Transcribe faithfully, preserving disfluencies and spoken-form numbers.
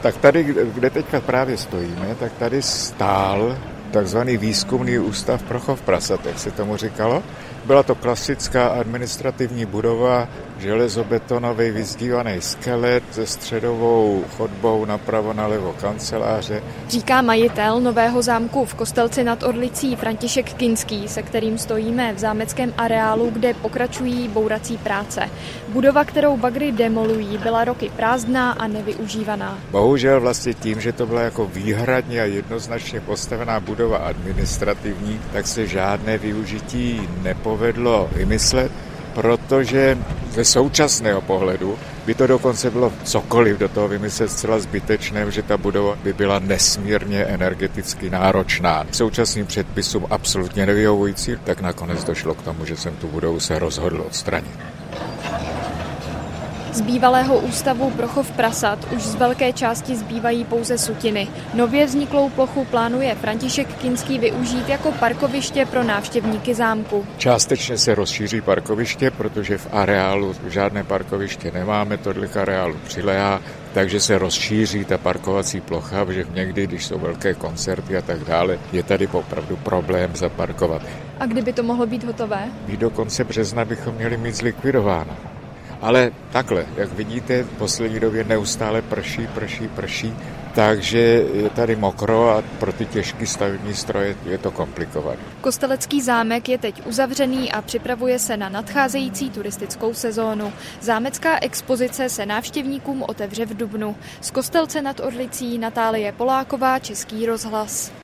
Tak tady, kde teďka právě stojíme, tak tady stál takzvaný výzkumný ústav pro chov prasat, jak se tomu říkalo. Byla to klasická administrativní budova, železobetonový vyzdívaný skelet se středovou chodbou napravo nalevo kanceláře. Říká majitel nového zámku v Kostelci nad Orlicí František Kinský, se kterým stojíme v zámeckém areálu, kde pokračují bourací práce. Budova, kterou bagry demolují, byla roky prázdná a nevyužívaná. Bohužel vlastně tím, že to byla jako výhradně a jednoznačně postavená budova administrativní, tak se žádné využití nepovedlo vymyslet, protože ze současného pohledu by to dokonce bylo cokoliv do toho vymyslet zcela zbytečné, že ta budova by byla nesmírně energeticky náročná. Současným předpisům absolutně nevyhovující, tak nakonec došlo k tomu, že jsem tu budovu se rozhodl odstranit. Z bývalého ústavu pro chov prasat už z velké části zbývají pouze sutiny. Nově vzniklou plochu plánuje František Kinský využít jako parkoviště pro návštěvníky zámku. Částečně se rozšíří parkoviště, protože v areálu žádné parkoviště nemáme, tohle k areálu přiléhá, takže se rozšíří ta parkovací plocha, protože někdy, když jsou velké koncerty a tak dále, je tady opravdu problém zaparkovat. A kdyby to mohlo být hotové? Vy do konce března bychom měli mít zlikvidováno. Ale takhle, jak vidíte, v poslední době neustále prší, prší, prší, takže je tady mokro a pro ty těžké stavební stroje je to komplikované. Kostelecký zámek je teď uzavřený a připravuje se na nadcházející turistickou sezónu. Zámecká expozice se návštěvníkům otevře v dubnu. Z Kostelce nad Orlicí Natálie Poláková, Český rozhlas.